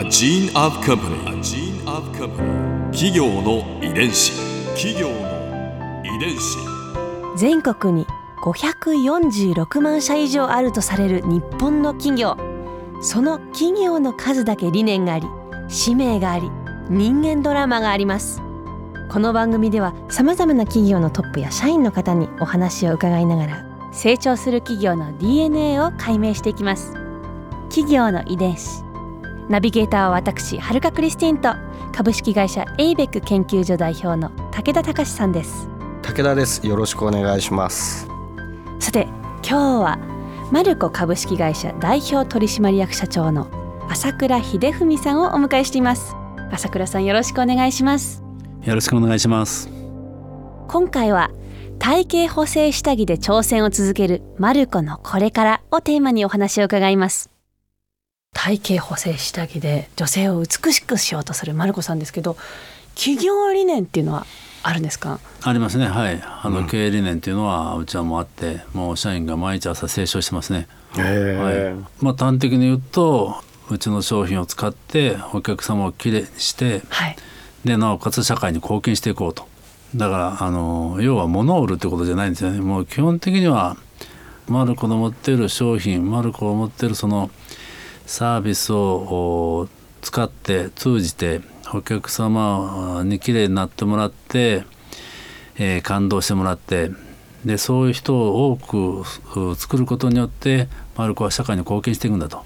gene of company. A gene of company. 企業の遺伝子。企業の遺伝子。 全国に546万社以上あるとされる日本の企業。その企業の数だけ理念があり、使命があり、人間ドラマがあります。この番組ではさまざまな企業のトップや社員の方にお話を伺いながら、成長する企業の DNA を解明していきます。企業の遺伝子。ナビゲーターは私、はるかクリスティンと株式会社エイベック研究所代表の武田隆さんです。 武田です。よろしくお願いします。 さて、今日はマルコ株式会社代表取締役社長の朝倉秀文さんをお迎えしています。朝倉さん、よろしくお願いします。 よろしくお願いします。 今回は体型補正下着で挑戦を続けるマルコのこれからをテーマにお話を伺います。体型補正下着で女性を美しくしようとするマルコさんですけど、企業理念っていうのはあるんですか？ ありますね。はい。経営理念っていうのはうちはもうあって、もう社員が毎日朝清書してますね。はい。端的に言うと、うちの商品を使ってお客様をきれいにして、 はい、 でなおかつ社会に貢献していこうと。だから要は物を売るってことじゃないんですよね。もう基本的にはマルコの持っている商品、マルコを持っているそのサービスを使って通じてお客様にきれいになってもらって、感動してもらって、でそういう人を多く作ることによってマルコは社会に貢献していくんだと。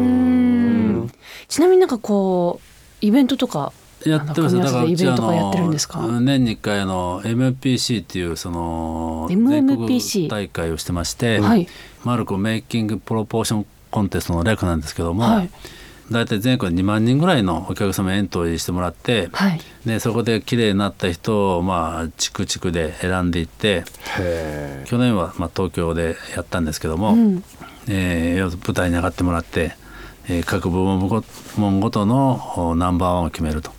ちなみにイベントとかやってます。だからイベントとかやってるんですか？ 年に1回MMPC っていうその MMPC 全国大会をしてまして、 はい、 マルコメイキングプロポーションコンテストの略なんですけども、 はい、 だいたい全国2万人ぐらいのお客様エントリーしてもらって、 はい、 でそこで綺麗になった人を地区地区で選んでいって、去年は東京でやったんですけども、舞台に上がってもらって、各部門ごとのナンバーワンを決めると。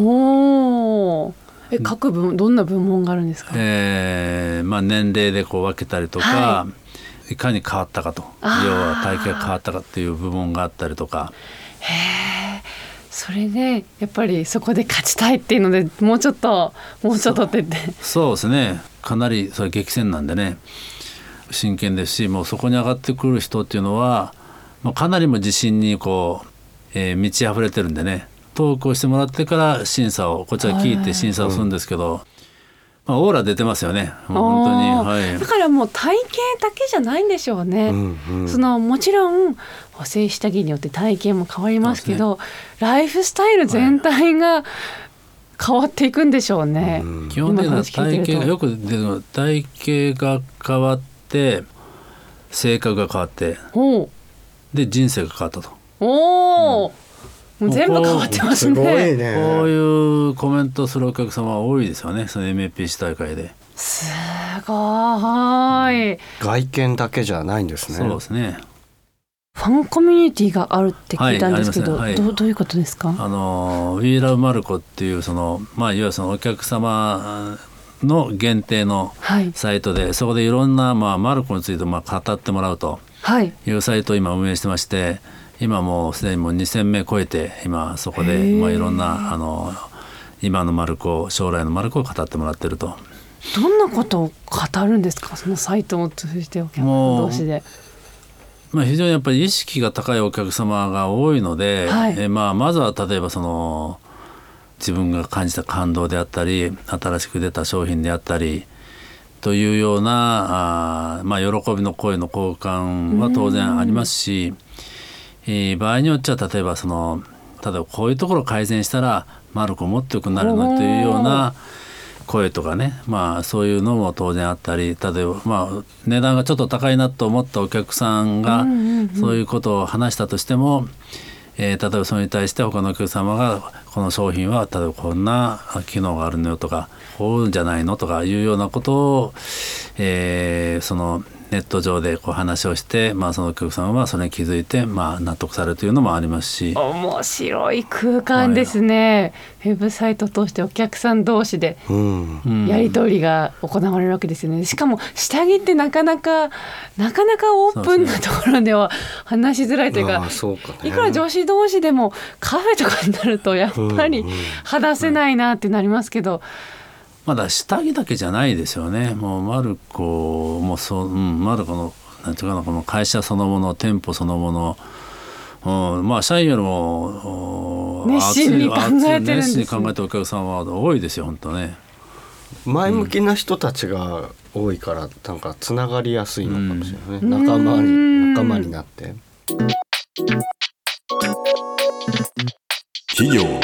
各部門、どんな部門があるんですか？ 年齢で分けたりとか、はい、いかに変わったかと、要は体型が変わったかっていう部門があったりとか。 それでやっぱりそこで勝ちたいっていうのでもうちょっとって言って。 そうですね。かなりそれ激戦なんでね、真剣ですし、もうそこに上がってくる人っていうのはかなりも自信に満ち溢れてるんでね、トークをしてもらってから審査をこちら聞いて審査をするんですけど、オーラ出てますよね。もう本当に、はい、 だからもう体型だけじゃないんでしょうね。もちろん補正下着によって体型も変わりますけど、ライフスタイル全体が変わっていくんでしょうね。 基本的には体型がよく出る、体型が変わって性格が変わってで人生が変わったと。もう全部変わってますね。 すごいね。 こういうコメントするお客様は多いですよね、その MMPC 大会で。 すごい。 外見だけじゃないんですね。 そうですね。 ファンコミュニティがあるって聞いたんですけど、 はい、 どういうことですか？ We Love Marco っていういわゆるそのお客様の限定のサイトで、そこでいろんなマルコについて語ってもらうというサイトを今運営してまして、今もうすでに2000名超えて、今そこでいろんな今のマルコ、将来のマルコを語ってもらってると。 どんなことを語るんですか？そのサイトを通じてお客様同士で。 非常にやっぱり意識が高いお客様が多いので、まずは例えば自分が感じた感動であったり、新しく出た商品であったりというような喜びの声の交換は当然ありますし、場合によっては例えばこういうところを改善したらマルコもっと良くなるなというような声とかね、そういうのも当然あったり、例えば値段がちょっと高いなと思ったお客さんがそういうことを話したとしても、例えばそれに対して他のお客様がこの商品は例えばこんな機能があるのよとか、こうじゃないのとかいうようなことを、 ネット上でこう話をして、そのお客さんはそれに気づいて、納得されるというのもありますし。 面白い空間ですね、ウェブサイトを通してお客さん同士でやり取りが行われるわけですよね。しかも下着ってなかなかオープンなところでは話しづらいというか、いくら女子同士でもカフェとかになるとやっぱり話せないなってなりますけど、 まだ下着だけじゃないですよね。もうマルコもマルコのなんていうかな、この会社そのもの、店舗そのもの、社員よりも熱心に考えてるんです。 熱心に考えてるお客さんは多いですよ本当ね。 前向きな人たちが多いからなんかつながりやすいのかもしれないね、仲間になって。 企業の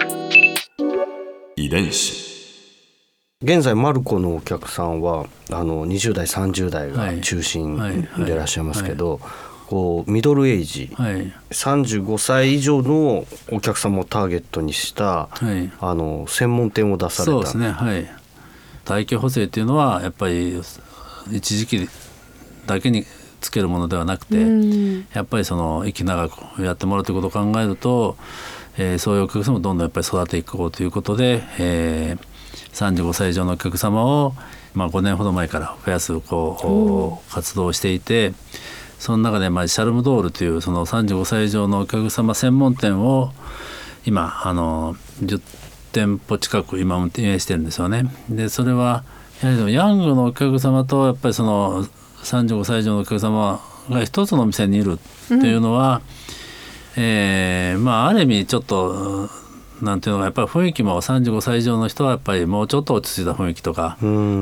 遺伝子。 現在マルコのお客さんは20代30代が中心でいらっしゃいますけど、こうミドルエイジ、35歳以上のお客さんもターゲットにした、専門店を出された。 そうですね、体型補正っていうのはやっぱり一時期だけにつけるものではなくて、やっぱりその生き長くやってもらうということを考えると、そういうお客様もどんどんやっぱり育てていこうということで、35歳以上のお客様を、5年ほど前から増やす活動をしていて、その中でシャルムドールというその35歳以上のお客様専門店を今10店舗近く今運営してるんですよね。でそれはやはりヤングのお客様とやっぱりその35歳以上のお客様が一つのお店にいるっていうのは、ある意味ちょっとなんていうのがやっぱり雰囲気も35歳以上の人はやっぱりもうちょっと落ち着いた雰囲気とか、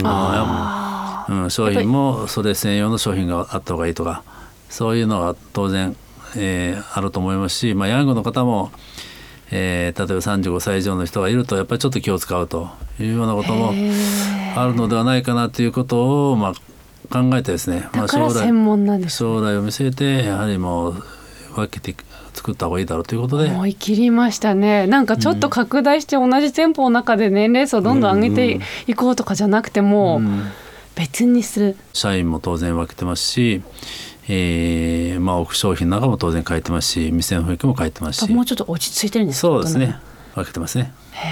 商品もそれ専用の商品があった方がいいとか、そういうのが当然、あると思いますし、ヤングの方も、例えば35歳以上の人がいるとやっぱりちょっと気を使うというようなこともあるのではないかなということを考えてですね、 だから専門なんです、 将来を見据えてやはりもう分けて作った方がいいだろうということで思い切りましたね。なんかちょっと拡大して同じ店舗の中で年齢層をどんどん上げていこうとかじゃなくても別にする。 社員も当然分けてますし、オフ商品なんかも当然変えてますし、店の雰囲気も変えてますし、 もうちょっと落ち着いてるんですか。 そうですね、分けてますね。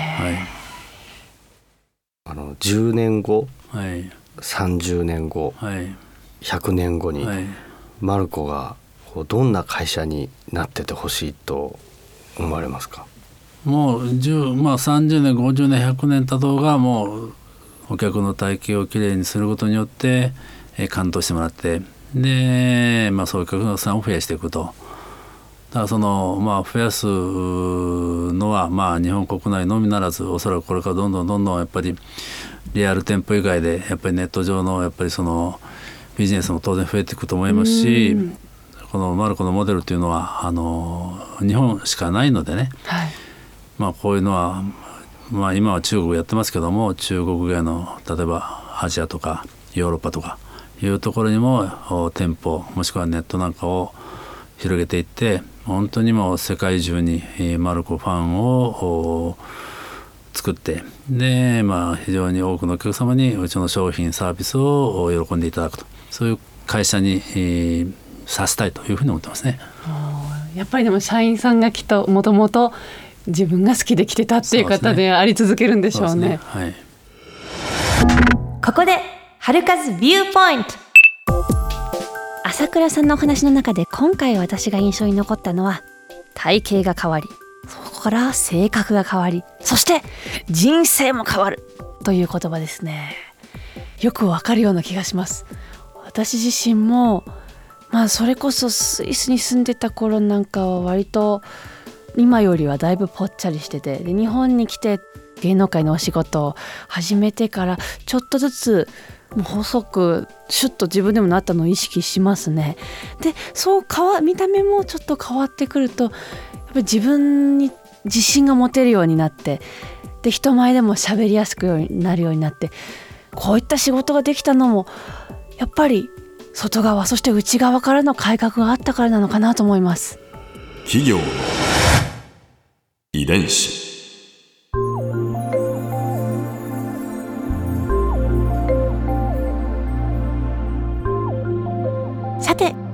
10年後、30年後、100年後に、マルコがどんな会社になっててほしいと思われますか。 もう30年50年100年経とうがもうお客の体型をきれいにすることによって感動してもらって、で、そういうお客さんを増やしていくと。だからその、増やすのは、日本国内のみならずおそらくこれからどんどんやっぱりリアル店舗以外でやっぱりネット上のやっぱりそのビジネスも当然増えていくと思いますし、このマルコのモデルっていうのは日本しかないのでね、こういうのは、今は中国やってますけども、中国外の例えばアジアとかヨーロッパとかいうところにも店舗もしくはネットなんかを広げていって、本当にもう世界中にマルコファンを作って、で、非常に多くのお客様にうちの商品サービスを喜んでいただくと、そういう会社にさせたいというふうに思ってますね。 やっぱりでも社員さんがきっともともと自分が好きで来てたっていう方であり続けるんでしょうね。 ここで春風ビューポイント。朝倉さんのお話の中で今回私が印象に残ったのは、体型が変わり、そこから性格が変わり、そして人生も変わるという言葉ですね。よくわかるような気がします。私自身もそれこそスイスに住んでた頃なんかは割と今よりはだいぶぽっちゃりしてて、で日本に来て芸能界のお仕事を始めてからちょっとずつ細くシュッと自分でもなったのを意識しますね。でそう見た目もちょっと変わってくるとやっぱり自分に自信が持てるようになって、で人前でも喋りやすくなるようになって、こういった仕事ができたのもやっぱり外側そして内側からの改革があったからなのかなと思います。 企業の遺伝子。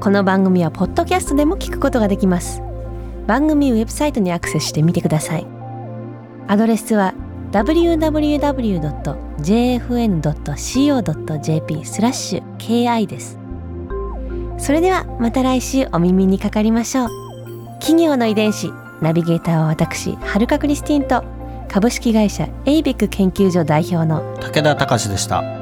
この番組はポッドキャストでも聞くことができます。番組ウェブサイトにアクセスしてみてください。アドレスは www.jfn.co.jp/ki です。それではまた来週お耳にかかりましょう。企業の遺伝子、ナビゲーターは私、はるかクリスティンと株式会社エイベック研究所代表の武田隆でした。